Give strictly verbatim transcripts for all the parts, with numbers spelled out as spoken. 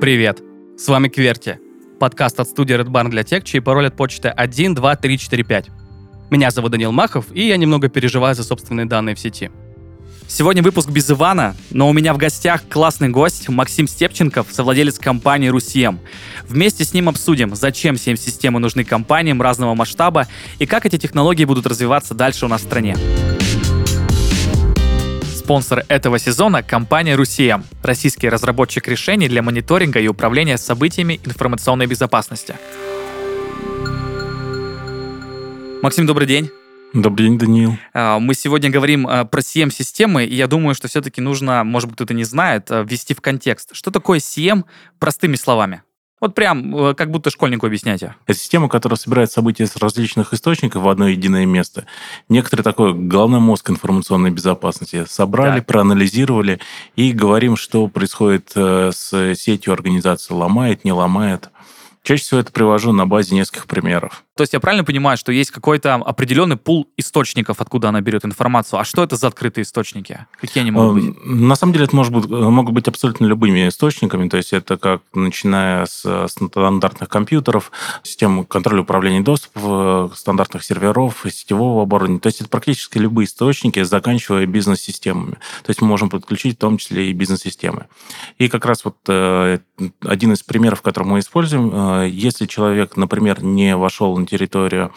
Привет! С вами Кверти, подкаст от студии Red Barn для тех, чей пароль от почты один два три четыре пять. Меня зовут Данил Махов, и я немного переживаю за собственные данные в сети. Сегодня выпуск без Ивана, но у меня в гостях классный гость Максим Степченков, совладелец компании РУСИЭМ. Вместе с ним обсудим, зачем си эм-системы нужны компаниям разного масштаба и как эти технологии будут развиваться дальше у нас в стране. Спонсор этого сезона – компания РУСИЭМ, российский разработчик решений для мониторинга и управления событиями информационной безопасности. Максим, добрый день. Добрый день, Даниил. Мы сегодня говорим про си эм-системы, и я думаю, что все-таки нужно, может быть, кто-то не знает, ввести в контекст. Что такое си эм простыми словами? Вот прям как будто школьнику объясняйте. Это система, которая собирает события с различных источников в одно единое место. Некоторые такой головной мозг информационной безопасности. Собрали, так. проанализировали и говорим, что происходит с сетью организации. Ломает, не ломает. Чаще всего это привожу на базе нескольких примеров. То есть я правильно понимаю, что есть какой-то определенный пул источников, откуда она берет информацию? А что это за открытые источники? Какие они могут быть? На самом деле это может быть, могут быть абсолютно любыми источниками. То есть это как начиная с стандартных компьютеров, систем контроля управления доступа, стандартных серверов, сетевого оборудования. То есть это практически любые источники, заканчивая бизнес-системами. То есть мы можем подключить в том числе и бизнес-системы. И как раз вот один из примеров, который мы используем, если человек, например, не вошел на территорию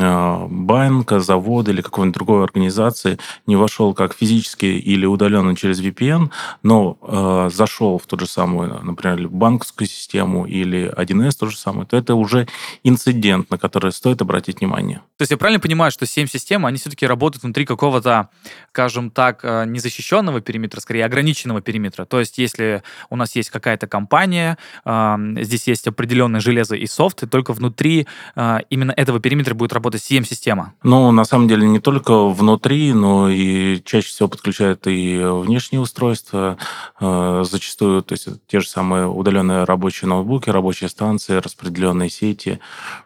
банка, завода или какой-нибудь другой организации, не вошел как физически или удаленно через ви пи эн, но э, зашел в ту же самую, например, банковскую систему или один эс, то же самое, то это уже инцидент, на который стоит обратить внимание. То есть я правильно понимаю, что си эм-системы, они все-таки работают внутри какого-то, скажем так, незащищенного периметра, скорее ограниченного периметра. То есть если у нас есть какая-то компания, э, здесь есть определенное железо и софт, и только внутри э, именно этого периметра будет работать си эм-система. Ну, на самом деле, не только внутри, но и чаще всего подключают и внешние устройства, э, зачастую, то есть те же самые удаленные рабочие ноутбуки, рабочие станции, распределенные сети,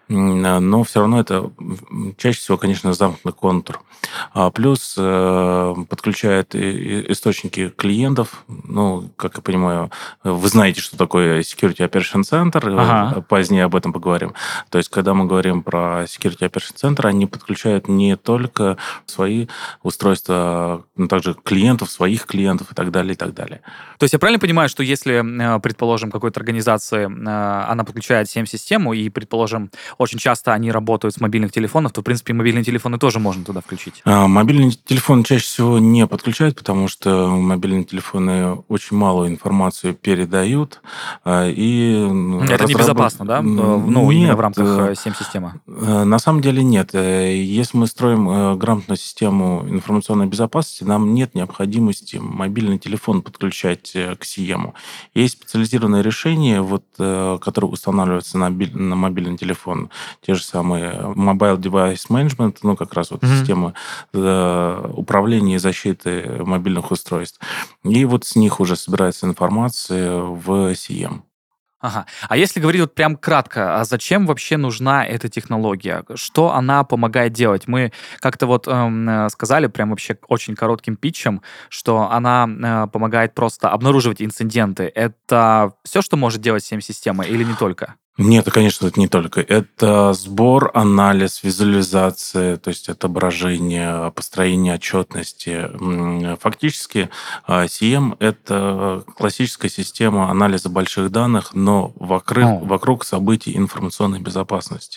но все равно это чаще всего, конечно, замкнутый контур. А плюс э, подключают и источники клиентов. Ну, как я понимаю, вы знаете, что такое Security Operation Center. Ага. Позднее об этом поговорим. То есть, когда мы говорим про Security Operation Center, они подключают не только свои устройства, но также клиентов, своих клиентов и так далее, и так далее. То есть я правильно понимаю, что если, предположим, какой-то организации она подключает си эм-систему, и, предположим, очень часто они работают с мобильных телефонов, то, в принципе, мобильные телефоны тоже можно туда включить? А, мобильные телефоны чаще всего не подключают, потому что мобильные телефоны очень малую информацию передают. И это разработ... небезопасно, да? Ну, нет, именно в рамках си эм-системы? На самом деле нет. Если мы строим грамотную систему информационной безопасности, нам нет необходимости мобильный телефон подключать к си эм. Есть специализированные решения, вот, которые устанавливаются на, на мобильный телефон. Те же самые Mobile Device Management, ну, как раз вот mm-hmm. система управления и защиты мобильных устройств. И вот с них уже собирается информация в си эм. Ага. А если говорить вот прям кратко, а зачем вообще нужна эта технология? Что она помогает делать? Мы как-то вот эм, сказали прям вообще очень коротким питчем, что она э, помогает просто обнаруживать инциденты. Это все, что может делать си эм-система или не только? Нет, конечно, это не только. Это сбор, анализ, визуализация, то есть отображение, построение отчетности. Фактически си эм – это классическая система анализа больших данных, но вокруг, oh. вокруг событий информационной безопасности.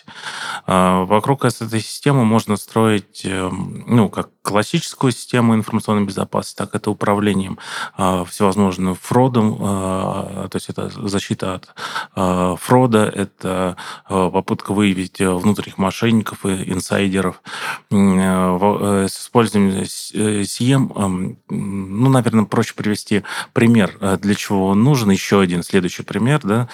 Вокруг этой системы можно строить, ну, как классическую систему информационной безопасности, так это управлением всевозможным фродом, то есть это защита от фрода, это попытка выявить внутренних мошенников и инсайдеров. С использованием си эм, ну, наверное, проще привести пример, для чего он нужен. Еще один следующий пример, да,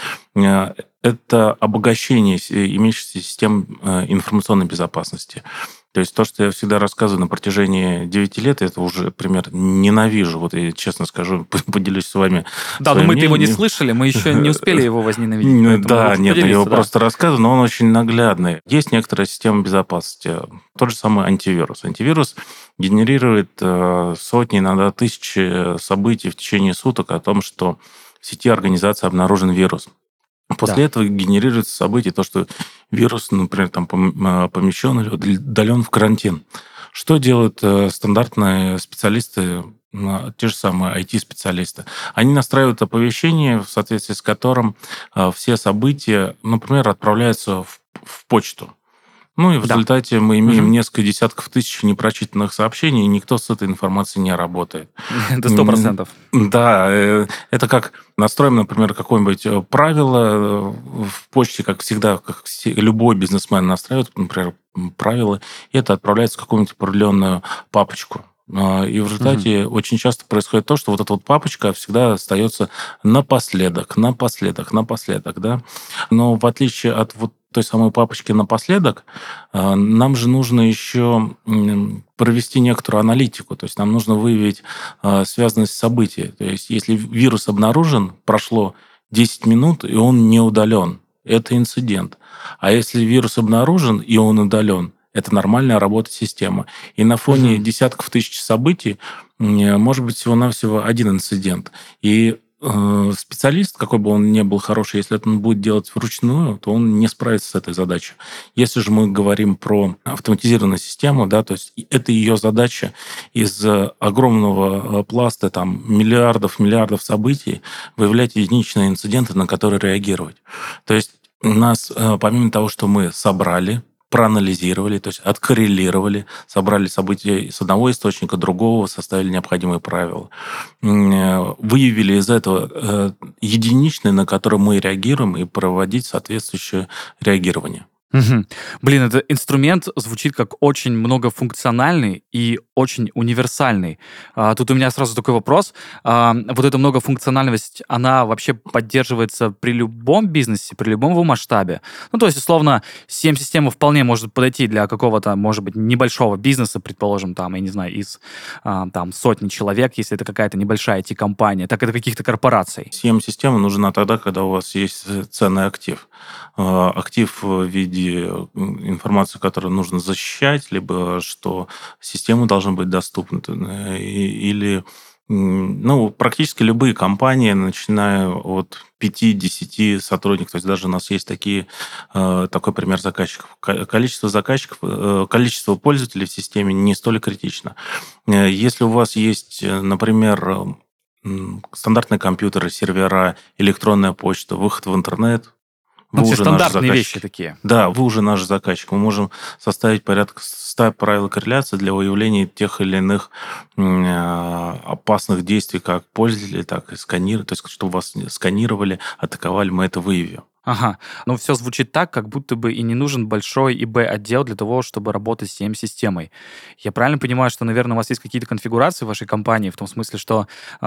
это обогащение имеющейся систем информационной безопасности. То есть то, что я всегда рассказываю на протяжении девяти лет, это уже пример ненавижу. Вот я честно скажу, поделюсь с вами. Да, но мы-то его не слышали, мы еще не успели его возненавидеть. Да, нет, я его просто рассказываю, но он очень наглядный. Есть некоторая система безопасности. Тот же самый антивирус. Антивирус генерирует сотни, иногда тысячи событий в течение суток о том, что в сети организации обнаружен вирус. После Да. этого генерируется событие, то, что вирус, например, там пом- помещен или удален в карантин. Что делают э, стандартные специалисты, м, те же самые ай ти-специалисты? Они настраивают оповещение, в соответствии с которым э, все события, например, отправляются в, в почту. Ну и в Да. результате мы имеем Мгм. несколько десятков тысяч непрочитанных сообщений, и никто с этой информацией не работает. Это сто М, процентов. Да, э, это как настроим, например, какое-нибудь э, правило э, в почте, как всегда, как все- любой бизнесмен настраивает, например, м, правила, и это отправляется в какую-нибудь определенную папочку. А, И в Мгм. результате очень часто происходит то, что вот эта вот папочка всегда остается напоследок, напоследок, напоследок, да. Но в отличие от вот той самой папочки напоследок, а, нам же нужно еще м, провести некоторую аналитику. То есть нам нужно выявить а, связанность событий. То есть если вирус обнаружен, прошло десять минут, и он не удален, это инцидент. А если вирус обнаружен, и он удален, это нормальная работа системы. И на фоне Мгм. десятков тысяч событий м, может быть всего-навсего один инцидент. И э, специалист, какой бы он ни был хороший, если это он будет делать вручную, то он не справится с этой задачей. Если же мы говорим про автоматизированную систему, да, то есть и это ее задача из э, огромного э, пласта там, миллиардов, миллиардов событий выявлять единичные инциденты, на которые реагировать. То есть у нас, э, помимо того, что мы собрали, проанализировали, то есть откоррелировали, собрали события с одного источника, другого, составили необходимые правила, м, э, выявили из этого э, единичные, на которые мы реагируем, и проводить соответствующее реагирование. Мгм. Блин, этот инструмент звучит как очень многофункциональный и очень универсальный. А, тут у меня сразу такой вопрос. А, вот эта многофункциональность, она вообще поддерживается при любом бизнесе, при любом его масштабе? Ну, то есть, условно, си эм-система вполне может подойти для какого-то, может быть, небольшого бизнеса, предположим, там, я не знаю, из а, там, сотни человек, если это какая-то небольшая ай ти-компания, так это каких-то корпораций. си эм-система нужна тогда, когда у вас есть э, ценный актив. Э, Актив в виде э, информации, которую нужно защищать, либо что системы должны быть доступны, э, и- или м, ну, практически любые компании, начиная от пяти-десяти сотрудников, то есть даже у нас есть такие, э, такой пример заказчиков. Ко- Количество заказчиков, э, количество пользователей в системе не столь критично. Э, Если у вас есть, э, например, э, м, стандартные компьютеры, сервера, электронная почта, выход в интернет, Ну, вы все уже наши стандартные вещи заказчики. такие. Да, вы уже наш заказчик. Мы можем составить порядка ста правил корреляции для выявления тех или иных м, а, опасных действий как пользователей, так и сканировали. То есть, чтобы вас не сканировали, атаковали, мы это выявим. Ага. Ну, все звучит так, как будто бы и не нужен большой и бэ-отдел для того, чтобы работать с си эм-системой. Я правильно понимаю, что, наверное, у вас есть какие-то конфигурации в вашей компании, в том смысле, что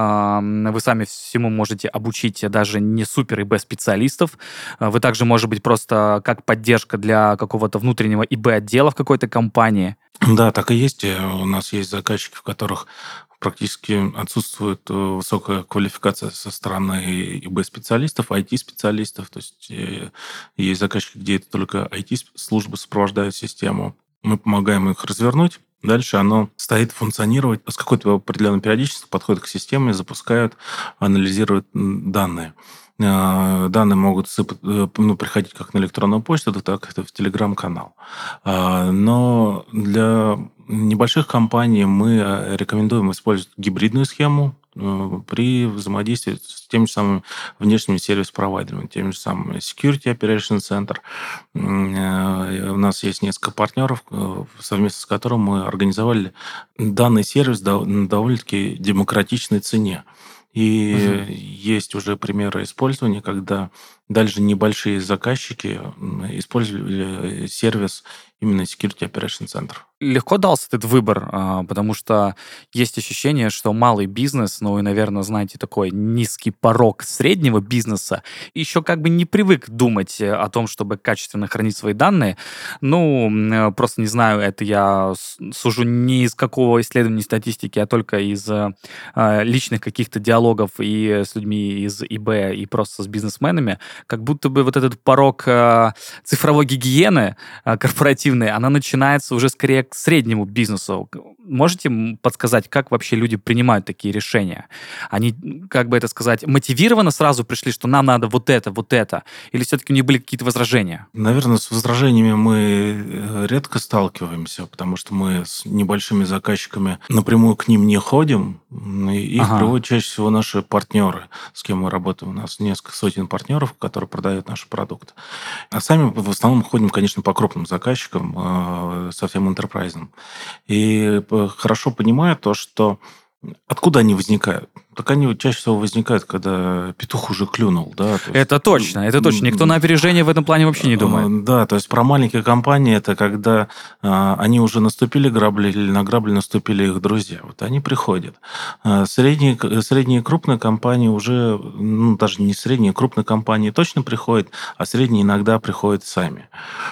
ам, вы сами всему можете обучить даже не супер и бэ-специалистов. А Вы также, может быть, просто как поддержка для какого-то внутреннего и бэ-отдела в какой-то компании. Да, так и есть. Э, У нас есть заказчики, в которых практически отсутствует э, высокая квалификация со стороны и бэ-специалистов, ай ти-специалистов. То есть э, есть заказчики, где это только ай ти-службы сопровождают систему. Мы помогаем их развернуть. Дальше оно стоит функционировать с какой-то определенной периодичностью, подходит к системе, запускают, анализируют м, данные. Э, Данные могут сыпать, э, ну, приходить как на электронную почту, так и в телеграм-канал. А, Но для небольших компаний мы э, рекомендуем использовать гибридную схему э, при взаимодействии с теми же самыми внешними сервис-провайдерами, тем же самым Security Operation Center. М, э, У нас есть несколько партнеров, э, совместно с которым мы организовали данный сервис дов- на довольно-таки демократичной цене. Мгм. И есть уже примеры использования, когда даже небольшие заказчики м, использовали сервис именно Security Operation Center. Легко дался этот выбор, а, потому что есть ощущение, что малый бизнес, ну и, наверное, знаете, такой низкий порог среднего бизнеса, еще как бы не привык думать э, о том, чтобы качественно хранить свои данные. Ну, м, э, просто не знаю, это я с- сужу не из какого исследования статистики, а только из э, а, личных каких-то диалогов и с людьми из и бэ, и просто с бизнесменами. как будто бы вот этот порог э, цифровой гигиены э, корпоративной, она начинается уже скорее к среднему бизнесу. Можете подсказать, как вообще люди принимают такие решения? Они, как бы это сказать, мотивированно сразу пришли, что нам надо вот это, вот это? Или все-таки у них были какие-то возражения? Наверное, с возражениями мы редко сталкиваемся, потому что мы с небольшими заказчиками напрямую к ним не ходим. Их Ага. приводят чаще всего наши партнеры, с кем мы работаем. У нас несколько сотен партнеров, которые продают наши продукты. А сами в основном ходим, конечно, по крупным заказчикам, совсем enterprise. И хорошо понимаю то, что откуда они возникают? Так они чаще всего возникают, когда петух уже клюнул. Да? То есть, это точно, это точно. Никто на опережение в этом плане вообще не думает. Да, то есть про маленькие компании это когда а, они уже наступили грабли или на грабли наступили их друзья. Вот они приходят. А, средние, средние и крупные компании уже, ну, даже не средние, крупные компании точно приходят, а средние иногда приходят сами.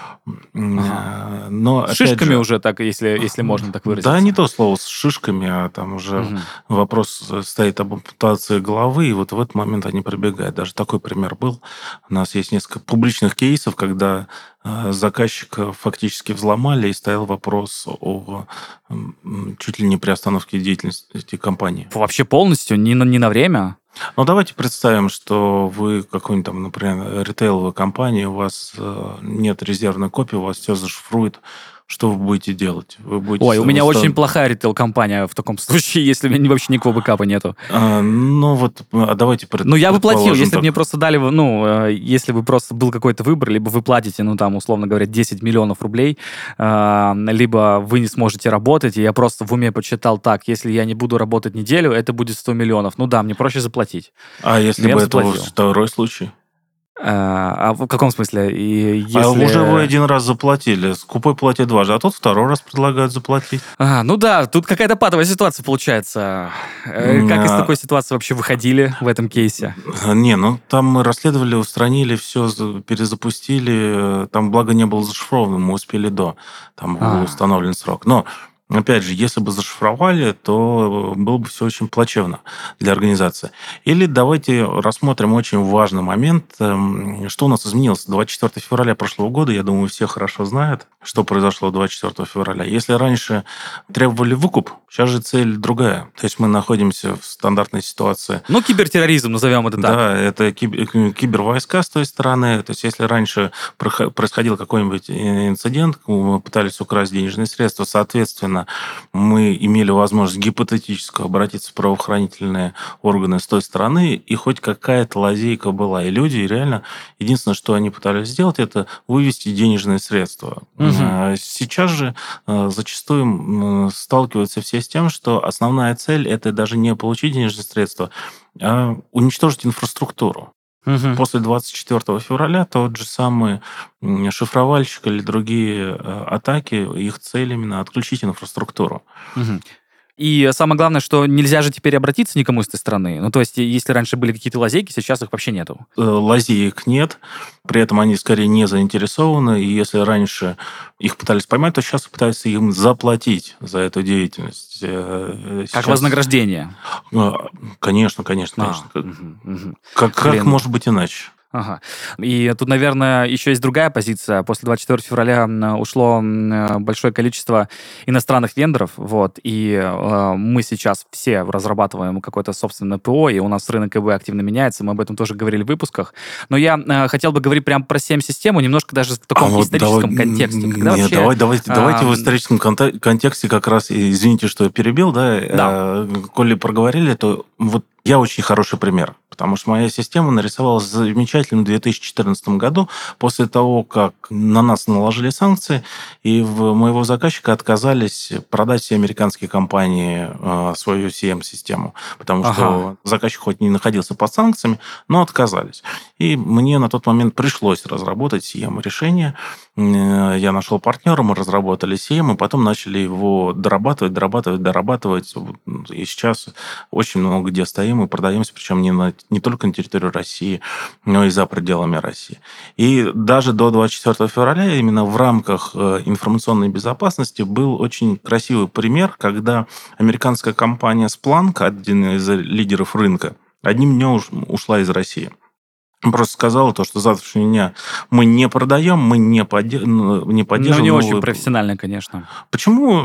Ага. Но, с шишками же, уже, так, если, если можно так выразиться. Да, не то слово с шишками, а там уже угу. вопрос стоит об ампутации головы, и вот в этот момент они прибегают. Даже такой пример был. У нас есть несколько публичных кейсов, когда заказчика фактически взломали, и стоял вопрос о чуть ли не приостановке деятельности компании. Вообще полностью? Не на, не на время? Ну, давайте представим, что вы какой-нибудь там, например, ритейловой компании, у вас нет резервной копии, у вас все зашифрует. Что вы будете делать? Вы будете Ой, у меня стан... очень плохая ритейл-компания в таком случае, если у меня вообще никакого бэкапа нету. А, ну вот, а давайте предположим. Ну, я бы платил, если так... бы мне просто дали, ну, если бы просто был какой-то выбор, либо вы платите, ну, там, условно говоря, десять миллионов рублей, либо вы не сможете работать, и я просто в уме почитал так, если я не буду работать неделю, это будет сто миллионов. Ну да, мне проще заплатить. А если бы это второй случай? А, а в каком смысле? И если... А уже вы один раз заплатили, скупой платит дважды, а тот второй раз предлагают заплатить. А, ну да, тут какая-то патовая ситуация получается. Как а... из такой ситуации вообще выходили в этом кейсе? Не, ну там мы расследовали, устранили, все перезапустили. Там, благо, не было зашифровано, мы успели до. Там был а... установлен срок. Но... Опять же, если бы зашифровали, то было бы все очень плачевно для организации. Или давайте рассмотрим очень важный момент, что у нас изменилось. двадцать четвёртого февраля прошлого года, я думаю, все хорошо знают, что произошло двадцать четвёртого февраля. Если раньше требовали выкуп, сейчас же цель другая. То есть мы находимся в стандартной ситуации. Ну, кибертерроризм, назовем это так. Да, это кибервойска с той стороны. То есть если раньше происходил какой-нибудь инцидент, мы пытались украсть денежные средства, соответственно, мы имели возможность гипотетически обратиться в правоохранительные органы с той стороны, и хоть какая-то лазейка была. И люди реально, единственное, что они пытались сделать, это вывести денежные средства. Угу. Сейчас же зачастую сталкиваются все с тем, что основная цель – это даже не получить денежные средства, а уничтожить инфраструктуру. Угу. После двадцать четвёртого февраля тот же самый шифровальщик или другие атаки, их цель именно отключить инфраструктуру. Угу. И самое главное, что нельзя же теперь обратиться никому из этой страны. Ну, то есть, если раньше были какие-то лазейки, сейчас их вообще нету. Лазеек нет, при этом они скорее не заинтересованы, и если раньше их пытались поймать, то сейчас пытаются им заплатить за эту деятельность. Сейчас... Как вознаграждение? Конечно, конечно, конечно. А, угу, угу. Как, как может быть иначе? Ага. И тут, наверное, еще есть другая позиция. После двадцать четвёртого февраля ушло большое количество иностранных вендоров, вот, и э, мы сейчас все разрабатываем какое-то собственное ПО, и у нас рынок ИБ активно меняется, мы об этом тоже говорили в выпусках. Но я э, хотел бы говорить прям про си эм-систему, немножко даже в таком а историческом вот давай, контексте. Когда нет, вообще, давай, давайте, а, давайте в историческом контексте как раз, извините, что я перебил, да, да. Э, коли проговорили, то вот я очень хороший пример, потому что моя система нарисовалась замечательно в две тысячи четырнадцатом году, после того, как на нас наложили санкции, и в моего заказчика отказались продать все американские компании э, свою си эм-систему, потому ага. что заказчик хоть не находился под санкциями, но отказались. И мне на тот момент пришлось разработать си эм-решение. Я нашел партнера, мы разработали си эм, и потом начали его дорабатывать, дорабатывать, дорабатывать. И сейчас очень много где стоим и продаемся, причем не, на, не только на территории России, но и за пределами России. И даже до двадцать четвёртого февраля именно в рамках информационной безопасности был очень красивый пример, когда американская компания Splunk, один из лидеров рынка, одним днем ушла из России. просто сказала то, что с завтрашнего дня мы не продаем, мы не, поде... ну, не Ну, поддерживаем не очень новые... профессионально, конечно. Почему?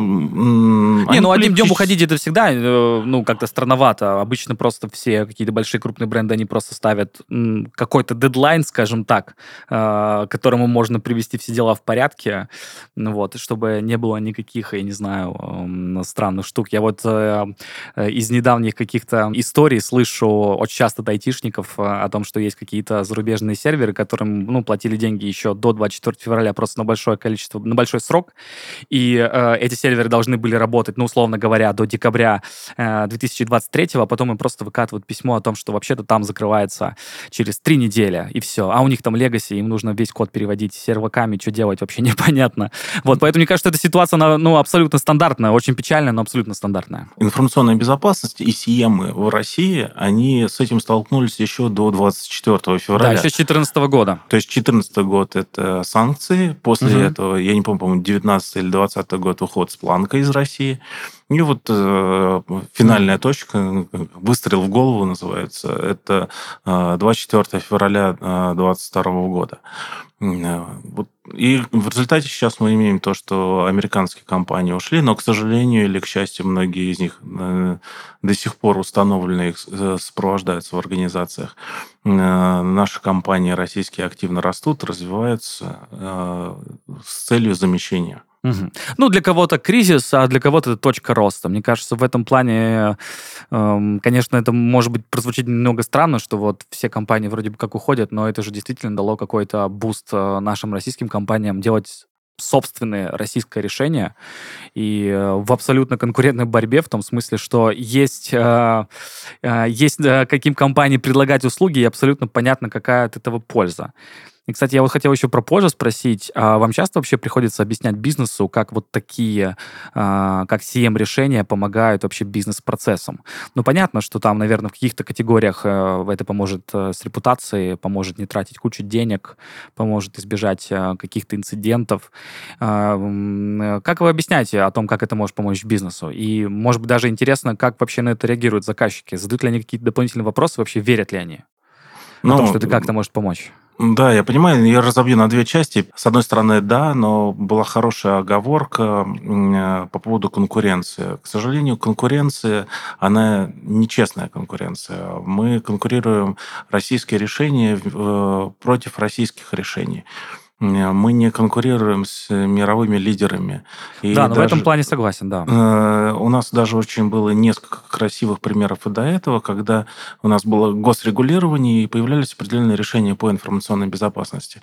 М, Не, Они ну одним днем политически... уходить это всегда, э, ну, как-то странновато. Обычно просто все какие-то большие крупные бренды, они просто ставят м, какой-то дедлайн, скажем так, э, к которому можно привести все дела в порядке, ну вот, и чтобы не было никаких, я не знаю, эм, странных штук. Я вот э, э, из недавних каких-то историй слышу очень часто от айтишников э, о том, что есть какие-то зарубежные серверы, которым, ну, платили деньги еще до двадцать четвёртого февраля просто на большое количество, на большой срок, и э, эти серверы должны были работать, ну, условно говоря, до декабря э, две тысячи двадцать третьего, а потом им просто выкатывают письмо о том, что вообще-то там закрывается через три недели, и все. А у них там легаси, им нужно весь код переводить с серваками, что делать, вообще непонятно. Вот, поэтому, мне кажется, эта ситуация, она, ну, абсолютно стандартная, очень печальная, но абсолютно стандартная. Информационная безопасность и си эм в России, они с этим столкнулись еще до двадцать четвёртого Да, февраля. еще с две тысячи четырнадцатого года. То есть четырнадцатый год – это санкции. После Мгм. этого, я не помню, по-моему, девятнадцатый или двадцатый год уход с планка из России. И вот э, финальная Мгм. точка, выстрел в голову называется, это э, двадцать четвёртого февраля э, двадцать второго года. М, э, Вот. И в результате сейчас мы имеем то, что американские компании ушли, но, к сожалению или к счастью, многие из них э, до сих пор установлены, их э, сопровождаются в организациях. Э, Наши компании российские активно растут, развиваются э, с целью замещения. Мгм. Ну, для кого-то кризис, а для кого-то это точка роста. Мне кажется, в этом плане, эм, конечно, это может быть прозвучит немного странно, что вот все компании вроде бы как уходят, но это же действительно дало какой-то буст э, нашим российским компаниям делать собственные российское решение и э, в абсолютно конкурентной борьбе, в том смысле, что есть, э, э, есть э, каким компании предлагать услуги, и абсолютно понятно, какая от этого польза. И, кстати, я вот хотел еще про позже спросить, а вам часто вообще приходится объяснять бизнесу, как вот такие, а, как си эм-решения помогают вообще бизнес-процессам? Ну, понятно, что там, наверное, в каких-то категориях э, это поможет э, с репутацией, поможет не тратить кучу денег, поможет избежать э, каких-то инцидентов. А, м, э, Как вы объясняете о том, как это может помочь бизнесу? И, может быть, даже интересно, как вообще на это реагируют заказчики? Задают ли они какие-то дополнительные вопросы, вообще верят ли они о том, Ну, что это как-то может помочь? да, я понимаю, я разобью на две части. С одной стороны, да, но была хорошая оговорка м, э, по поводу конкуренции. К сожалению, конкуренция, она нечестная конкуренция. Мы конкурируем российские решения э, против российских решений. М, Мы не конкурируем с мировыми лидерами. И Да, но в этом даже плане согласен, да. Э, У нас даже очень было несколько красивых примеров и до этого, когда у нас было госрегулирование и появлялись определенные решения по информационной безопасности.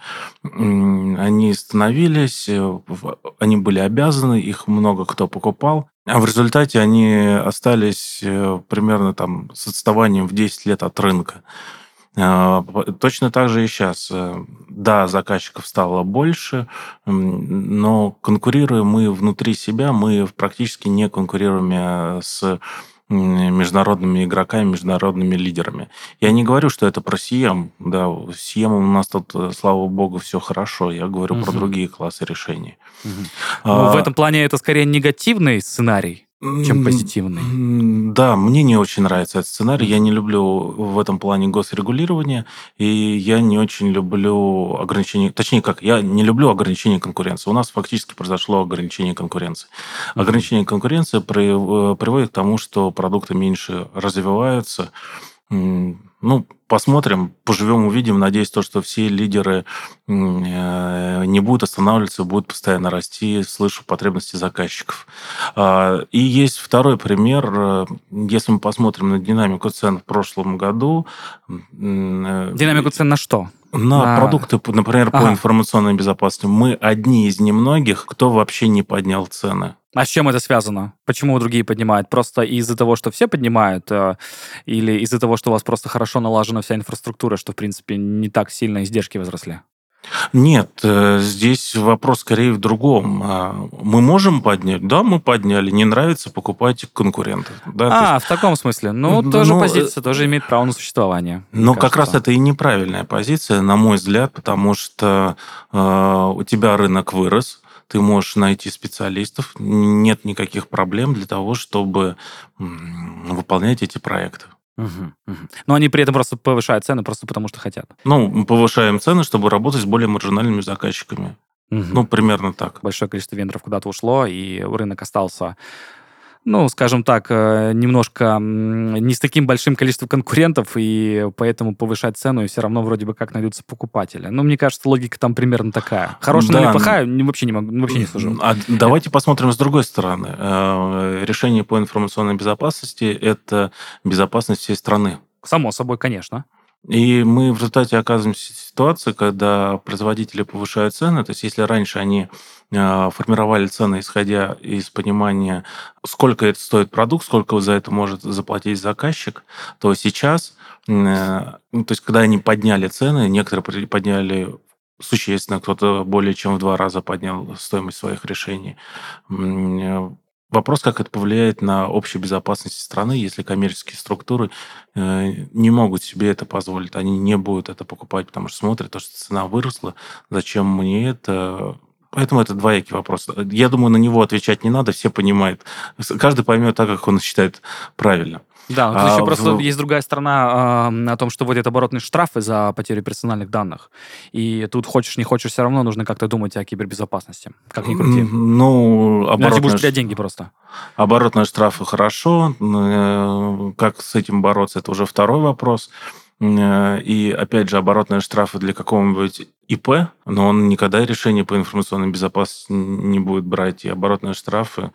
М, Они становились, э, в- они были обязаны, их много кто покупал, а в результате они остались э, примерно там с отставанием в десять лет от рынка. А, п- Точно так же и сейчас. Да, заказчиков стало больше, м, но конкурируем мы внутри себя, мы практически не конкурируем э, с м, международными игроками, международными лидерами. Я не говорю, что это про си эм. Да, с си эм у нас тут, э, слава богу, все хорошо. Я говорю про Мгм. другие классы решений. Мгм. Ну, в А, этом плане это скорее негативный сценарий, чем М, позитивный. м, Да, мне не очень нравится этот сценарий. Я Мгм. не люблю в этом плане госрегулирование, и я не очень люблю ограничения. Точнее, как, я не люблю ограничения конкуренции. У нас фактически произошло ограничение конкуренции. Мгм. Ограничение конкуренции при- э, приводит к тому, что продукты меньше развиваются. М, Ну, посмотрим, поживем, увидим. Надеюсь, то, что все лидеры м, э, не будут останавливаться, будут постоянно расти. Слышу потребности заказчиков. А, И есть второй пример. Э, Если мы посмотрим на динамику цен в прошлом году, м, э, Динамику цен на что? на На... продукты, п- например, по Ага. информационной безопасности, мы одни из немногих, кто вообще не поднял цены. А с чем это связано? Почему другие поднимают? Просто из-за того, что все поднимают? э, Или из-за того, что у вас просто хорошо налажена вся инфраструктура, что, в принципе, не так сильно издержки возросли? Нет, э, здесь вопрос скорее в другом. А, Мы можем поднять? Да, мы подняли. Не нравится, покупайте конкурентов. Да, то есть, А, в таком смысле. Ну, н- тоже ну, э, позиция, тоже имеет право на существование, мне но как раз кажется. это и неправильная позиция, на мой взгляд, потому что э, у тебя рынок вырос, ты можешь найти специалистов, нет никаких проблем для того, чтобы м, выполнять эти проекты. Мгм, мгм. Но они при этом просто повышают цены просто потому, что хотят. Ну, мы повышаем цены, чтобы работать с более маржинальными заказчиками. Мгм. Ну, примерно так. Большое количество вендоров куда-то ушло, и рынок остался, ну, скажем так, э, немножко м, не с таким большим количеством конкурентов, и поэтому повышать цену, и все равно вроде бы как найдутся покупатели. Ну, мне кажется, логика там примерно такая. Хорошая, но Да, или плохая, не- вообще не могу, вообще не сужу. А давайте посмотрим с другой стороны. Э, Решение по информационной безопасности– это безопасность всей страны. Само собой, конечно. И мы в результате оказываемся в ситуации, когда производители повышают цены. То есть, если раньше они э, формировали цены, исходя из понимания, сколько это стоит продукт, сколько за это может заплатить заказчик, то сейчас, э, ну, то есть, когда они подняли цены, некоторые при- подняли существенно, кто-то более чем в два раза поднял стоимость своих решений. М, э, Вопрос, как это повлияет на общую безопасность страны, если коммерческие структуры э, не могут себе это позволить, они не будут это покупать, потому что смотрят, то, что цена выросла, зачем мне это? Поэтому это двоякий вопрос. Я думаю, на него отвечать не надо, все понимают. С- Каждый поймет так, как он считает правильно. Да, но тут А еще просто в- есть другая сторона а, о том, что вводят оборотные штрафы за потерю персональных данных. И тут хочешь, не хочешь, все равно нужно как-то думать о кибербезопасности. Как ни крути. м, Ну, Иначе будешь оборотная, терять ш- деньги просто. оборотные штрафы хорошо. Э, Как с этим бороться, это уже второй вопрос. Э, И опять же, оборотные штрафы для какого-нибудь ИП, но он никогда решение по информационной безопасности не будет брать. И оборотные штрафы,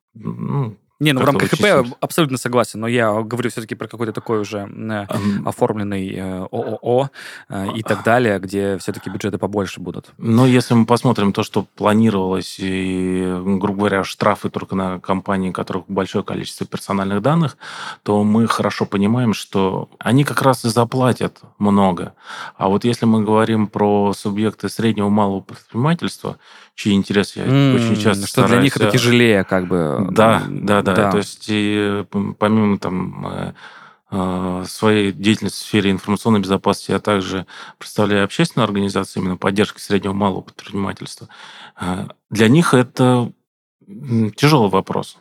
ну, Не, ну в как-то рамках вычислим. ИП абсолютно согласен, но я говорю все-таки про какой-то такой уже э, Ам, оформленный э, ООО э, и так далее, где все-таки бюджеты побольше будут. Но если мы посмотрим то, что планировалось, и, грубо говоря, штрафы только на компании, у которых большое количество персональных данных, то мы хорошо понимаем, что они как раз и заплатят много. А вот если мы говорим про субъекты среднего и малого предпринимательства, чьи интересы я очень М, часто Что для них это стараюсь... э, тяжелее, как бы. Да, да, м, да. То Да. есть, и, м, помимо там э, э, своей деятельности в сфере информационной безопасности, я также представляю общественную организацию именно поддержки среднего и малого предпринимательства. Э, Для них это м, тяжелый вопрос.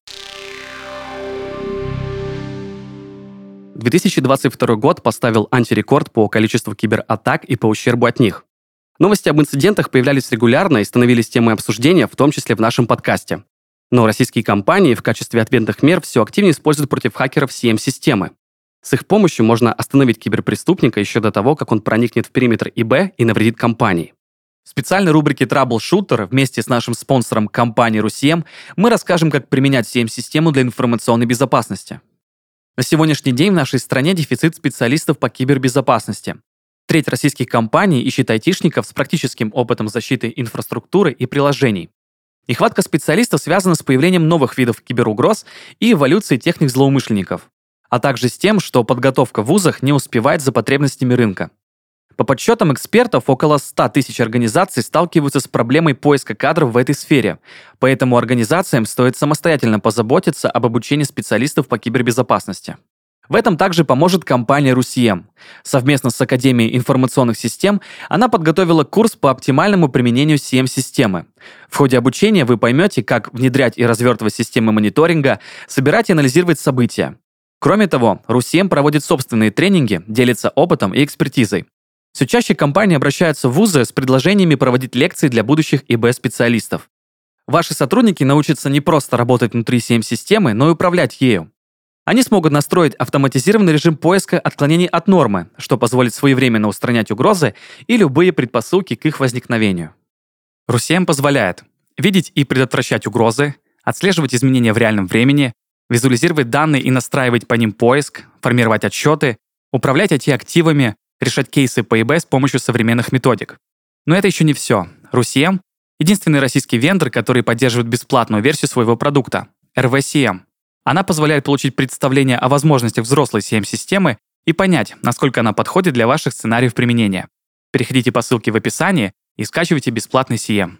две тысячи двадцать второй год поставил антирекорд по количеству кибератак и по ущербу от них. Новости об инцидентах появлялись регулярно и становились темой обсуждения, в том числе в нашем подкасте. Но российские компании в качестве ответных мер все активнее используют против хакеров си эм-системы. С их помощью можно остановить киберпреступника еще до того, как он проникнет в периметр ИБ и навредит компании. В специальной рубрике «Траблшутер» вместе с нашим спонсором компанией Русием мы расскажем, как применять си эм-систему для информационной безопасности. На сегодняшний день в нашей стране дефицит специалистов по кибербезопасности. Треть российских компаний ищет айтишников с практическим опытом защиты инфраструктуры и приложений. Нехватка специалистов связана с появлением новых видов киберугроз и эволюцией техник злоумышленников, а также с тем, что подготовка в вузах не успевает за потребностями рынка. По подсчетам экспертов, около ста тысяч организаций сталкиваются с проблемой поиска кадров в этой сфере, поэтому организациям стоит самостоятельно позаботиться об обучении специалистов по кибербезопасности. В этом также поможет компания Русием. Совместно с Академией информационных систем она подготовила курс по оптимальному применению си эм-системы. В ходе обучения вы поймете, как внедрять и развертывать системы мониторинга, собирать и анализировать события. Кроме того, Русием проводит собственные тренинги, делится опытом и экспертизой. Все чаще компании обращаются в вузы с предложениями проводить лекции для будущих ИБ-специалистов. Ваши сотрудники научатся не просто работать внутри си эм-системы, но и управлять ею. Они смогут настроить автоматизированный режим поиска отклонений от нормы, что позволит своевременно устранять угрозы и любые предпосылки к их возникновению. Русием позволяет видеть и предотвращать угрозы, отслеживать изменения в реальном времени, визуализировать данные и настраивать по ним поиск, формировать отчеты, управлять ай ти-активами, решать кейсы по ИБ с помощью современных методик. Но это еще не все. Русием — единственный российский вендор, который поддерживает бесплатную версию своего продукта — эр ви си эм. Она позволяет получить представление о возможностях взрослой си эм-системы и понять, насколько она подходит для ваших сценариев применения. Переходите по ссылке в описании и скачивайте бесплатный си эм.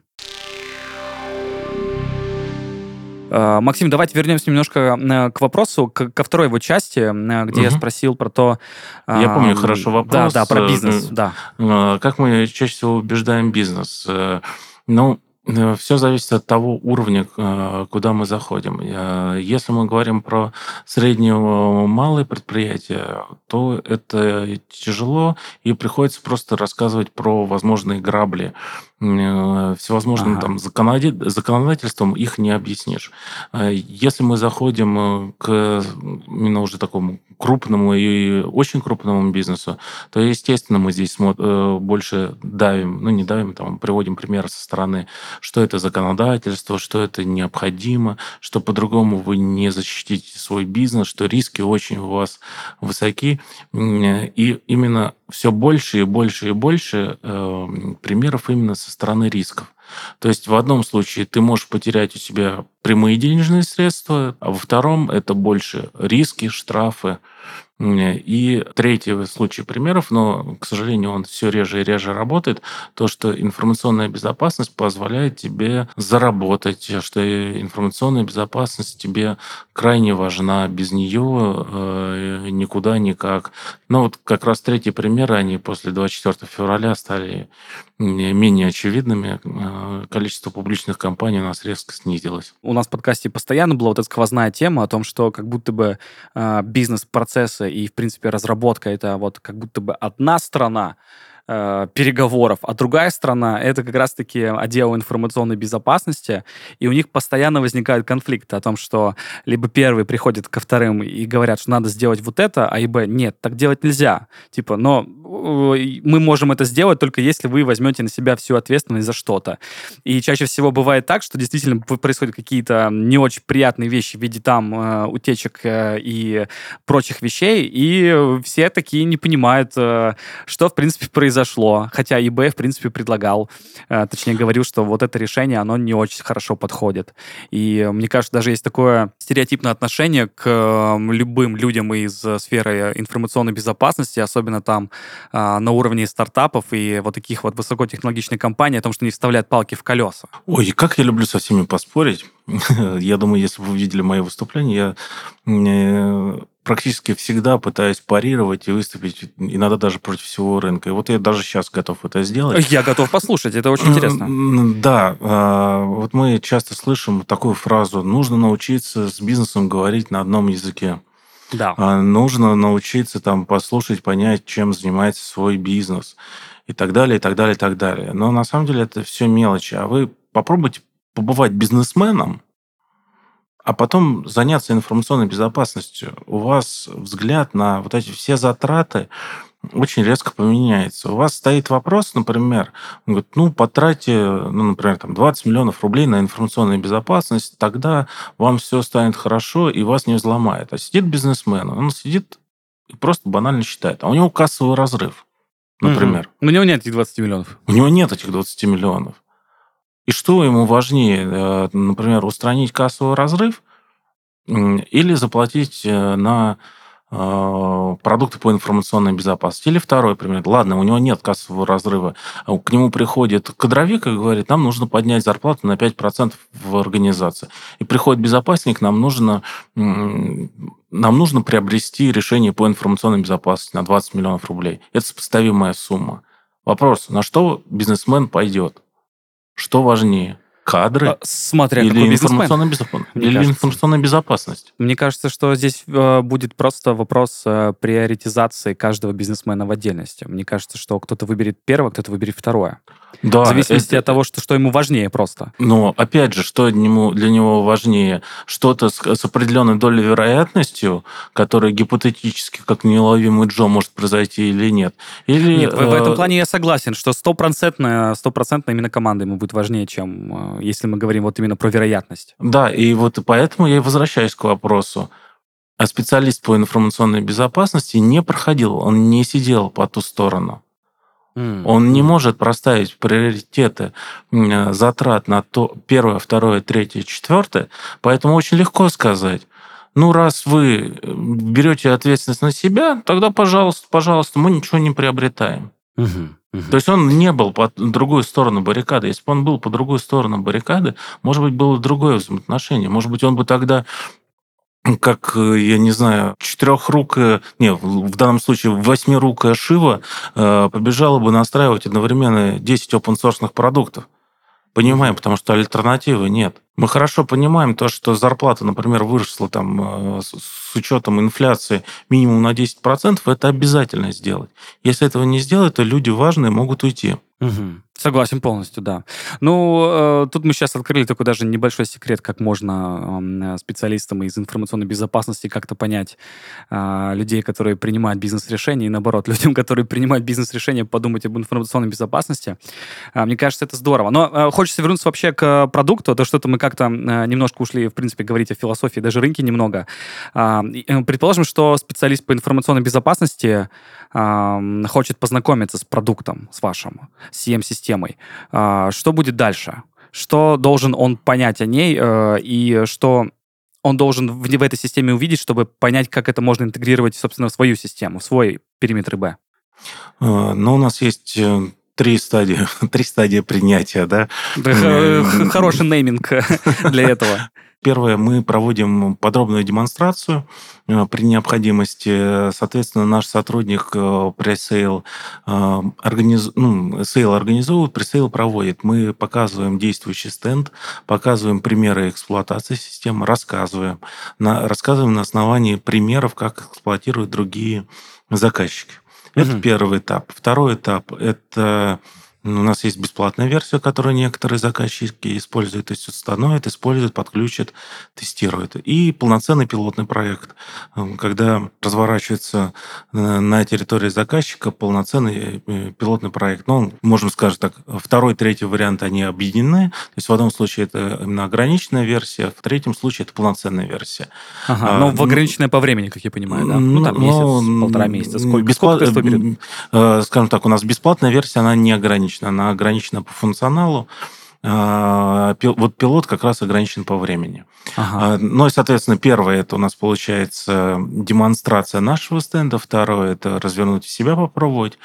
Э, Максим, давайте вернемся немножко э, к вопросу, к- ко второй его части, э, где я Мгм. спросил про то... Я помню ам, хорошо Да, вопрос. да, про Э, бизнес, э, да. э, Как мы чаще всего убеждаем бизнес? Э, Ну, Все зависит от того уровня, э, куда мы заходим. Э, Если мы говорим про среднее, э, малое предприятие, то это тяжело, и приходится просто рассказывать про возможные грабли. М, э, Всевозможным Ага. там законоди- законодательством их не объяснишь. Э, Если мы заходим э, к именно уже такому крупному и очень крупному бизнесу, то, естественно, мы здесь смо- э, больше давим, ну, не давим, там, приводим примеры со стороны, что это законодательство, что это необходимо, что по-другому вы не защитите свой бизнес, что риски очень у вас высоки. М, И именно все больше и больше и больше э, примеров именно со стороны рисков. То есть в одном случае ты можешь потерять у себя прямые денежные средства, а во втором это больше риски, штрафы. М, И третий случай примеров, но, к сожалению, он все реже и реже работает, то, что информационная безопасность позволяет тебе заработать, что и информационная безопасность тебе крайне важна, без нее э, никуда никак. Ну вот как раз третий пример, они после двадцать четвёртого февраля стали м, менее очевидными, э, количество публичных компаний у нас резко снизилось. У нас в подкасте постоянно была вот эта сквозная тема о том, что как будто бы а, бизнес-процессы и, в принципе, разработка — это вот как будто бы одна сторона э, переговоров, а другая сторона — это как раз-таки отдел информационной безопасности, и у них постоянно возникают конфликты о том, что либо первые приходят ко вторым и говорят, что надо сделать вот это, а и б, нет, так делать нельзя. Типа, но э, мы можем это сделать только если вы возьмете на себя всю ответственность за что-то. И чаще всего бывает так, что действительно п- происходят какие-то не очень приятные вещи в виде там э, утечек э, и прочих вещей, и все такие не понимают, э, что, в принципе, произошло. Хотя и б, в принципе, предлагал, э, точнее, говорил, что вот это решение, оно не очень хорошо подходит. И э, мне кажется, даже есть такое стереотипное отношение к э, любым людям из э, сферы информационной безопасности, особенно там э, на уровне стартапов и вот таких вот высокотехнологичных компаний, о том, что они вставляют палки в колеса. Ой, как я люблю со всеми поспорить. Я думаю, если бы вы видели мои выступления, я э, практически всегда пытаюсь парировать и выступить, иногда даже против всего рынка. И вот я даже сейчас готов это сделать. Я готов послушать, это очень интересно. М, Да, а, вот мы часто слышим такую фразу: нужно научиться с бизнесом говорить на одном языке. Да. А, Нужно научиться там послушать, понять, чем занимается свой бизнес. И так далее, и так далее, и так далее. Но на самом деле это все мелочи. А вы попробуйте побывать бизнесменом, а потом заняться информационной безопасностью. У вас взгляд на вот эти все затраты очень резко поменяется. У вас стоит вопрос, например, он говорит, ну, потратьте, ну, например, там, двадцать миллионов рублей на информационную безопасность, тогда вам все станет хорошо и вас не взломает. А сидит бизнесмен, он сидит и просто банально считает. А у него кассовый разрыв, Мгм. например. У него нет этих двадцати миллионов. У него нет этих двадцати миллионов. И что ему важнее, э, например, устранить кассовый разрыв м, или заплатить э, на э, продукты по информационной безопасности? Или второй пример. Ладно, у него нет кассового разрыва. а К нему приходит кадровик и говорит, нам нужно поднять зарплату на пять процентов в организации. И приходит безопасник, нам нужно, м, нам нужно приобрести решение по информационной безопасности на двадцать миллионов рублей. Это сопоставимая сумма. Вопрос, на что бизнесмен пойдет? Что важнее? А, Кадры Смотря или какой бизнесмен, информационная безопасность? мне Или кажется. информационная безопасность? Мне кажется, что здесь э, будет просто вопрос э, приоритизации каждого бизнесмена в отдельности. Мне кажется, что кто-то выберет первое, кто-то выберет второе. В Да, зависимости это, от того, что, что ему важнее просто. но опять же, что ему- для него важнее? Что-то с, с определенной долей вероятностью, которая гипотетически, как неуловимый Джо, может произойти или нет? Или Нет, в, в этом э, плане я согласен, что стопроцентно, стопроцентно именно команда ему будет важнее, чем э, если мы говорим вот именно про вероятность. да, и вот поэтому я и возвращаюсь к вопросу. А специалист по информационной безопасности не проходил, он не сидел по ту сторону. М, Он не м. может проставить приоритеты м, затрат на то первое, второе, третье, четвертое. Поэтому очень легко сказать, ну, раз вы э, берете ответственность на себя, тогда, пожалуйста, пожалуйста, мы ничего не приобретаем. Мгм, То мгм. есть он не был по другую сторону баррикады. Если бы он был по другую сторону баррикады, может быть, было другое взаимоотношение. Может быть, он бы тогда как, э, я не знаю, четырехрукая, не, в в данном случае восьмирукая Шива э, побежала бы настраивать одновременно десять open-source продуктов. Понимаем, потому что альтернативы нет. Мы хорошо понимаем то, что зарплата, например, выросла там с, с учетом инфляции минимум на десять процентов, это обязательно сделать. Если этого не сделать, то люди важные могут уйти. Угу. Согласен полностью, да. Ну, э, тут мы сейчас открыли такой даже небольшой секрет, как можно э, специалистам из информационной безопасности как-то понять э, людей, которые принимают бизнес-решения, и наоборот, людям, которые принимают бизнес-решения, подумать об информационной безопасности. Э, мне кажется, это здорово. Но э, хочется вернуться вообще к продукту, то что-то мы как-то э, немножко ушли, в принципе, говорить о философии, даже рынке немного. Э, предположим, что специалист по информационной безопасности э, хочет познакомиться с продуктом, с вашим, с си эм-системой. Что будет дальше? Что должен он понять о ней и что он должен в, в этой системе увидеть, чтобы понять, как это можно интегрировать, собственно, в свою систему, в свой периметр ИБ? Ну, у нас есть три стадии, три стадии принятия, да? Хороший нейминг для этого. Первое, мы проводим подробную демонстрацию при необходимости. Соответственно, наш сотрудник пресейл организ... ну, сейл организует, пресейл проводит. Мы показываем действующий стенд, показываем примеры эксплуатации системы, рассказываем. На... Рассказываем на основании примеров, как эксплуатируют другие заказчики. Это угу. первый этап. Второй этап – это... У нас есть бесплатная версия, которую некоторые заказчики используют, то есть установят, используют, подключат, тестируют. И полноценный пилотный проект, когда разворачивается на территории заказчика полноценный пилотный проект. Ну, можем сказать так, второй, третий вариант, они объединены. То есть в одном случае это именно ограниченная версия, в третьем случае это полноценная версия. Ага, но а, в ограниченное по времени, как я понимаю, да? Ну, там месяц, ну, полтора месяца. Сколько, бесплат... сколько период? Скажем так, у нас бесплатная версия, она не ограничена. Она ограничена по функционалу. Вот пилот как раз ограничен по времени. Ага. Ну и, соответственно, первое, это у нас получается демонстрация нашего стенда. Второе, это развернуть себя, попробовать.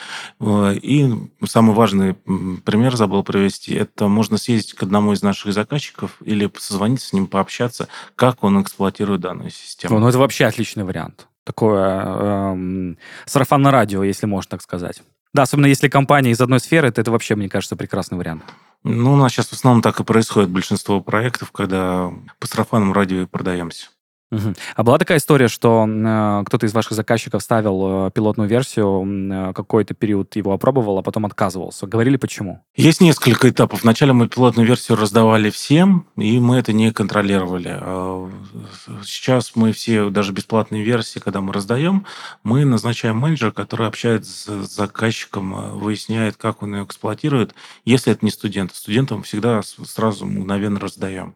И самый важный пример забыл привести. Это можно съездить к одному из наших заказчиков или созвониться с ним, пообщаться, как он эксплуатирует данную систему. Ну, это вообще отличный вариант. Такое эм, сарафанное радио, если можно так сказать. Да, особенно если компания из одной сферы, то это вообще, мне кажется, прекрасный вариант. Ну, у нас сейчас в основном так и происходит большинство проектов, когда по сарафанному радио и продаемся. Угу. А была такая история, что э, кто-то из ваших заказчиков ставил э, пилотную версию, э, какой-то период его опробовал, а потом отказывался? Говорили, почему? Есть несколько этапов. Вначале мы пилотную версию раздавали всем, и мы это не контролировали. Сейчас мы все, даже бесплатные версии, когда мы раздаем, мы назначаем менеджера, который общается с заказчиком, выясняет, как он ее эксплуатирует. Если это не студент, студентам всегда сразу мгновенно раздаем.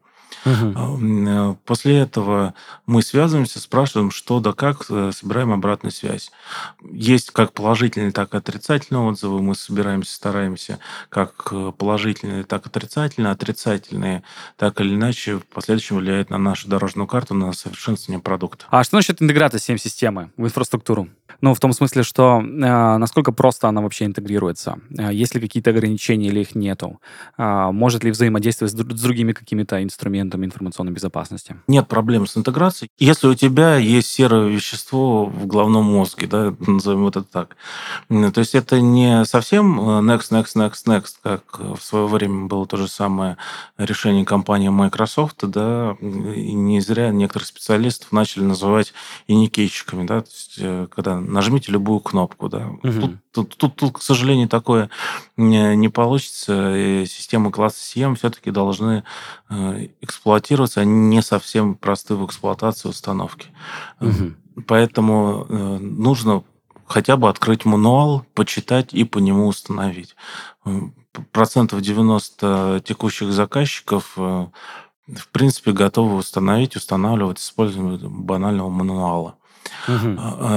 Угу. После этого мы связываемся, спрашиваем, что да как, собираем обратную связь. Есть как положительные, так и отрицательные отзывы. Мы собираемся, стараемся как положительные, так и отрицательные. Отрицательные так или иначе в последующем влияют на нашу дорожную карту, на совершенствование продукта. А что насчет интеграции си эм-системы в инфраструктуру? Ну, в том смысле, что э, насколько просто она вообще интегрируется? Э, есть ли какие-то ограничения или их нету? Э, может ли взаимодействовать с, с другими какими-то инструментами информационной безопасности? Нет проблем с интеграцией. Если у тебя есть серое вещество в головном мозге, да, назовем это так, то есть это не совсем next, next, next, next, как в свое время было то же самое решение компании Microsoft, да, и не зря некоторых специалистов начали называть иникейщиками, да, то есть когда нажмите любую кнопку, да. Угу. Тут, тут, тут, тут, к сожалению, такое не, не получится. И системы класса си эм все-таки должны э, эксплуатироваться, они не совсем просты в эксплуатации установки. Угу. Поэтому э, нужно хотя бы открыть мануал, почитать и по нему установить. Процентов девяносто текущих заказчиков э, в принципе готовы установить, устанавливать с использованием банального мануала. Угу.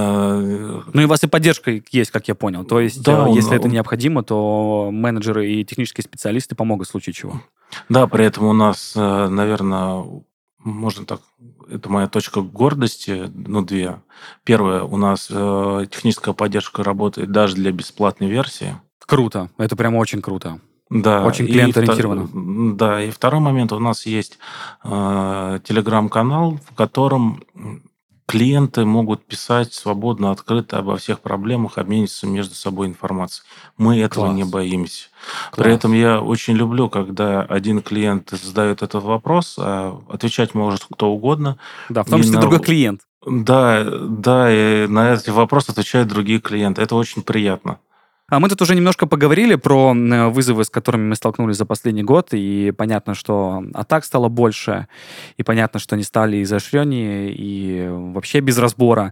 А, ну и у вас и поддержка есть, как я понял. То есть, да, если он, это необходимо, то менеджеры и технические специалисты помогут в случае чего. Да, при этом у нас, наверное, можно так, это моя точка гордости, ну, две. Первое, у нас техническая поддержка работает даже для бесплатной версии. Круто, это прямо очень круто. Да, очень клиент-ориентированно. Втор... Да, и второй момент, у нас есть э, телеграм-канал, в котором клиенты могут писать свободно, открыто обо всех проблемах, обмениваться между собой информацией. Мы этого не Класс. боимся. При этом Класс. я очень люблю, когда один клиент задает этот вопрос, а отвечать может кто угодно. Да, в том И числе на... другой клиент. Да, да, и на эти вопросы отвечают другие клиенты. Это очень приятно. А мы тут уже немножко поговорили про м, вызовы, с которыми мы столкнулись за последний год, и понятно, что атак стало больше, и понятно, что они стали изощреннее и вообще без разбора.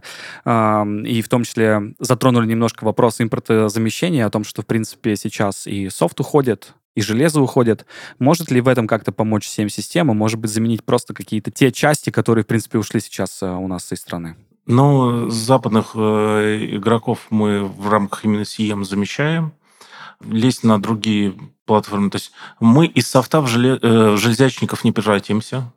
Ам, И в том числе затронули немножко вопрос импортозамещения, о том, что, в принципе, сейчас и софт уходит, и железо уходит. Может ли в этом как-то помочь си эм-система? Может быть, заменить просто какие-то те части, которые, в принципе, ушли сейчас э, у нас из страны? Но западных э, игроков мы в рамках именно си эм замещаем. Лезть на другие платформы. То есть мы из софта в, желе- э, в железячников не превратимся.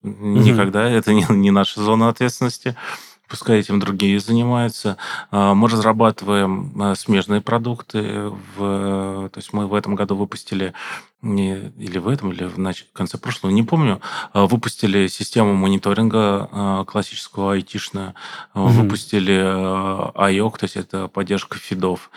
Мгм. Никогда. Это не, не наша зона ответственности. Пускай этим другие занимаются. А, Мы разрабатываем а, смежные продукты. В, то есть мы в этом году выпустили, не- или в этом, или в нач- конце прошлого, не помню, а, выпустили систему мониторинга а, классического айтишную, а, Мгм. выпустили а, ай о си, то есть это поддержка фидов.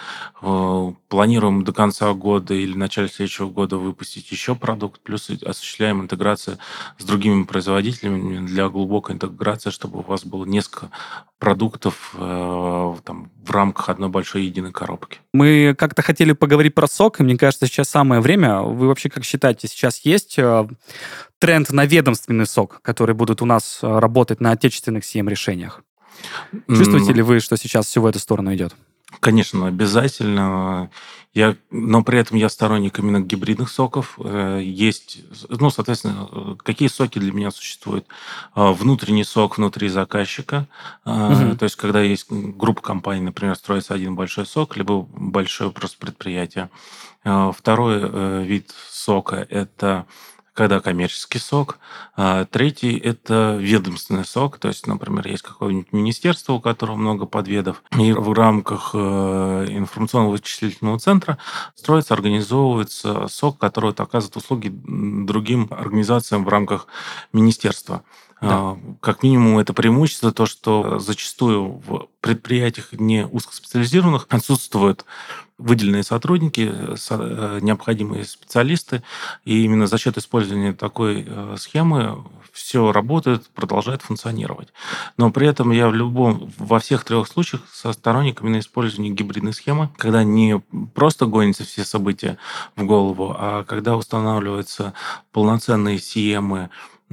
А, Планируем до конца года или в начале следующего года выпустить еще продукт, плюс и осуществляем интеграцию с другими производителями для глубокой интеграции, чтобы у вас было несколько продуктов э, там, в рамках одной большой единой коробки. Мы как-то хотели поговорить про сок, и мне кажется, сейчас самое время. Вы вообще как считаете, сейчас есть э, тренд на ведомственный сок, который будут у нас э, работать на отечественных си эм-решениях? Чувствуете ли М, вы, что сейчас все в эту сторону идет? Конечно, обязательно. Я, но при этом я сторонник именно гибридных соков. Э, Есть, ну, соответственно, э, какие соки для меня существуют? А, Внутренний сок внутри заказчика. А, Мгм. То есть, когда есть группа компаний, например, строится один большой сок, либо большое просто предприятие. А, Второй э, вид сока – это когда коммерческий сок. А Третий – это ведомственный сок. То есть, например, есть какое-нибудь министерство, у которого много подведов, и в рамках э, информационного вычислительного центра строится, организовывается сок, который вот оказывает услуги м, другим организациям в рамках министерства. Да. А, Как минимум, это преимущество, то, что зачастую в предприятиях не узкоспециализированных отсутствуют выделенные сотрудники, э, со- э, необходимые специалисты, и именно за счет использования такой э, схемы все работает, продолжает функционировать. Но при этом я в любом, во всех трех случаях со сторонник именно использования гибридной схемы, когда не просто гонятся все события в голову, а когда устанавливаются полноценные си эм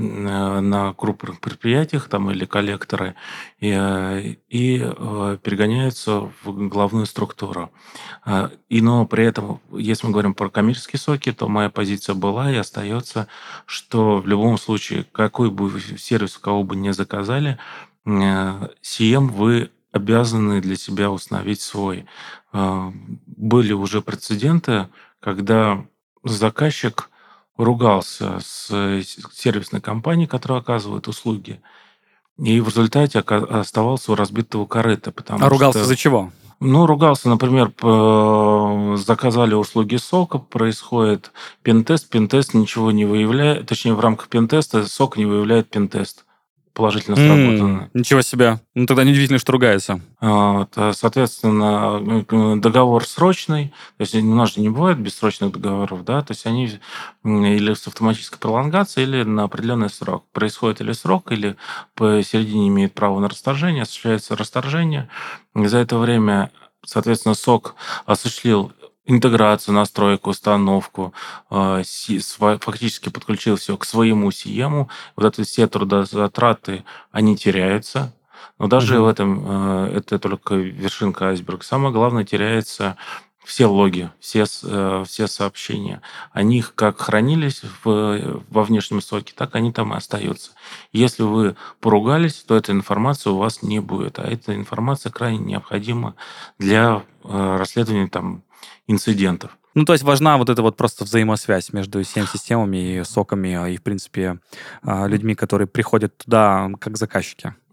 э, на крупных предприятиях там, или коллекторы, и, э, и, э, перегоняются в главную структуру. А, И но при этом, если мы говорим про коммерческие соки, то моя позиция была и остается, что в любом случае, какой бы вы сервис у кого бы не заказали, э, си эм вы обязаны для себя установить свой. А, Были уже прецеденты, когда заказчик ругался с э, с сервисной компанией, которая оказывает услуги, и в результате ока- оставался у разбитого корыта, А потому ругался что за чего? ну, ругался, например, п заказали услуги сока, происходит пентест, пентест ничего не выявляет, точнее, в рамках пентеста сок не выявляет пентест положительно М, сработанный. ничего себе. Ну, тогда неудивительно, что ругается. А, Вот, а, соответственно, э, к договор срочный, то есть у нас же не бывает бессрочных договоров, да, то есть они м, или с автоматической пролонгацией, или на определенный срок. Происходит или срок, или посередине имеет право на расторжение, осуществляется расторжение. И за это время, соответственно, сок осуществил интеграцию, настройку, установку, а, си- сва- фактически подключил все к своему си эм. Вот это все трудозатраты, они теряются, но даже в Мгм. этом э, это только вершинка айсберга. Самое главное, теряются все логи, все, с- э, все сообщения. Они их как хранились в, во внешнем соке, так они там и остаются. Если вы поругались, то этой информации у вас не будет. А эта информация крайне необходима для э, расследования там, инцидентов. Ну, то есть важна вот эта вот просто взаимосвязь между си эм-системами и соками, а, и, в принципе, а, людьми, которые приходят туда как заказчики.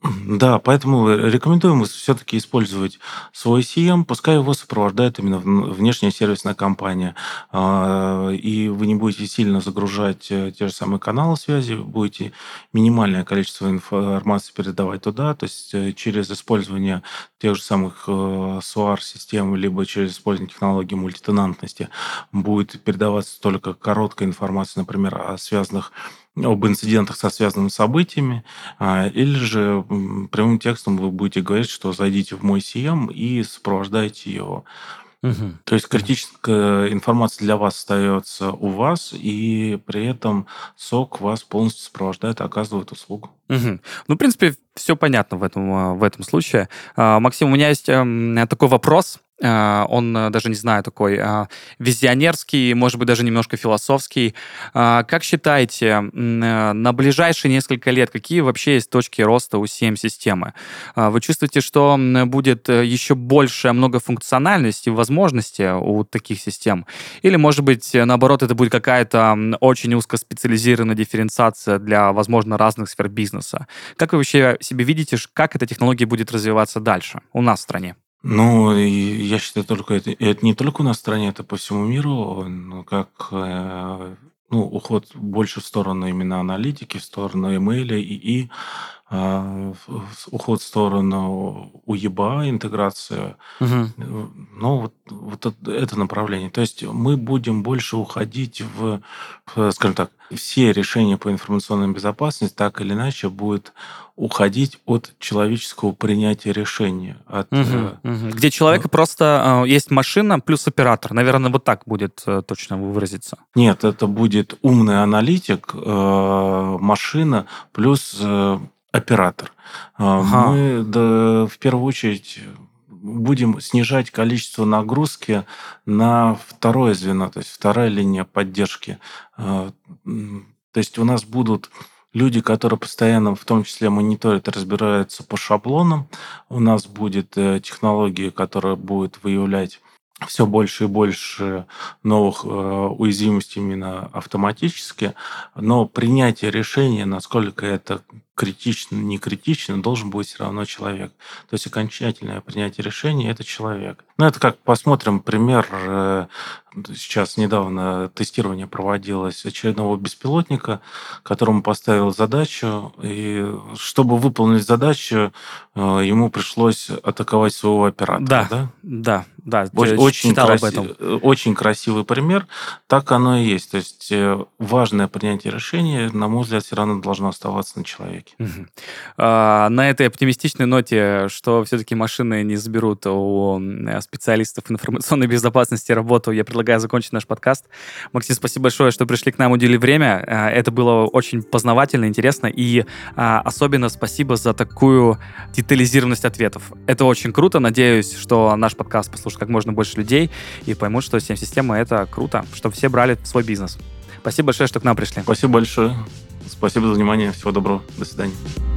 Да, поэтому рекомендуем все-таки использовать свой си эм, пускай его сопровождает именно вн- внешняя сервисная компания. А, И вы не будете сильно загружать э, те же самые каналы связи, вы будете минимальное количество информации передавать туда, то есть э, через использование тех же самых э, суар-систем, либо через использование технологии мультитенантности будет передаваться только короткая информация, например, о связанных об инцидентах со связанными событиями, а, или же м, прямым текстом вы будете говорить, что зайдите в мой си эм и сопровождайте его. Мгм. То есть Мгм. критическая информация для вас остается у вас, и при этом сок вас полностью сопровождает, оказывает услугу. Мгм. Ну, в принципе, все понятно в этом, а, в этом случае. А, Максим, у меня есть эм, такой вопрос. А, Он э, даже, не знаю, такой а, визионерский, может быть, даже немножко философский. А, Как считаете, м, э, на ближайшие несколько лет какие вообще есть точки роста у си эм-системы? А, Вы чувствуете, что м, будет э, еще больше многофункциональности и возможности у таких систем? Или, может быть, э, наоборот, это будет какая-то м, очень узкоспециализированная дифференциация для, возможно, разных сфер бизнеса? Как вы вообще себе видите, ш- как эта технология будет развиваться дальше у нас в стране? Ну, и я считаю, только это, и это не только у нас в стране, это по всему миру, ну, как э, ну, уход больше в сторону именно аналитики, в сторону эмейля, и а, в- в- уход в сторону у и бэ а, интеграция. Мгм. Э, Ну, вот, вот это это направление. То есть мы будем больше уходить в, в, скажем так, все решения по информационной безопасности так или иначе будет уходить от человеческого принятия решения, от Мгм. э, Мгм. Где э, человек просто э, есть машина плюс оператор. Наверное, вот так будет э, точно выразиться. Нет, это будет умный аналитик, э, машина плюс э, оператор. А, Ага. Мы да, в первую очередь будем снижать количество нагрузки на второе звено, то есть вторая линия поддержки. А, м, То есть у нас будут люди, которые постоянно, в том числе, мониторят и разбираются по шаблонам. У нас будет э, технология, которая будет выявлять все больше и больше новых э, уязвимостей именно автоматически, но принятие решения, насколько это критично, не критично, должен быть все равно человек. То есть окончательное принятие решения– это человек. Ну, это как посмотрим пример. э, Сейчас недавно тестирование проводилось очередного беспилотника, которому поставил задачу, и чтобы выполнить задачу, э, ему пришлось атаковать своего оператора, Да, да? да, да, Оч- ч- ч- Очень, читал об краси... этом. э, очень красивый пример. Так оно и есть. То есть э, важное принятие решения, на мой взгляд, все равно должно оставаться на человеке. Мгм. А, На этой оптимистичной ноте, что все-таки машины не заберут у м, э, специалистов информационной безопасности работу, я предлагаю закончить наш подкаст. Максим, спасибо большое, что пришли к нам, уделили время. А, Это было очень познавательно, интересно, и а, особенно спасибо за такую детализированность ответов. Это очень круто. Надеюсь, что наш подкаст послушает как можно больше людей и поймут, что си эм-система — это круто, чтобы все брали в свой бизнес. Спасибо большое, что к нам пришли. Спасибо большое. Спасибо за внимание. Всего доброго. До свидания.